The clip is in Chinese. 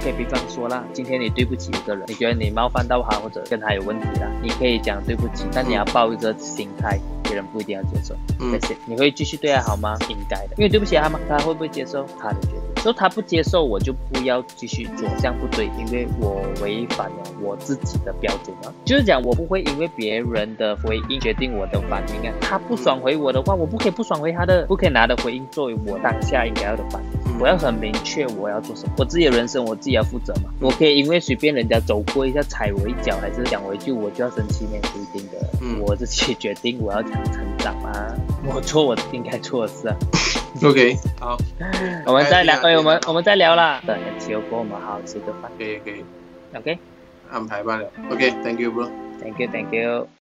OK， 比方说啦，今天你对不起一个人，你觉得你冒犯到他或者跟他有问题啦，你可以讲对不起，但你要抱一个心态，别人不一定要接受。你会继续对他好吗？应该的，因为对不起他嘛，他会不会接受？他的决定。所以他不接受，我就不要继续做，这样不对，因为我违反了我自己的标准啊。就是讲我不会因为别人的回应决定我的反应啊。他不爽回我的话，我不可以不爽回他的，不可以拿的回应作为我当下应该要的反应。我要很明确我要做什么，我自己的人生我自己要负责嘛。我可以因为随便人家走过一下踩我一脚，还是讲我一句我就要生气呢？不一定的。我自己决定我要怎样成长嘛。我做我应该做的事啊。 OK， 好， 我们再聊，我们再聊啦。等很久过，我们好好吃个饭。 可以 OK， 安排罢了。OK，Thank you bro。 Thank you。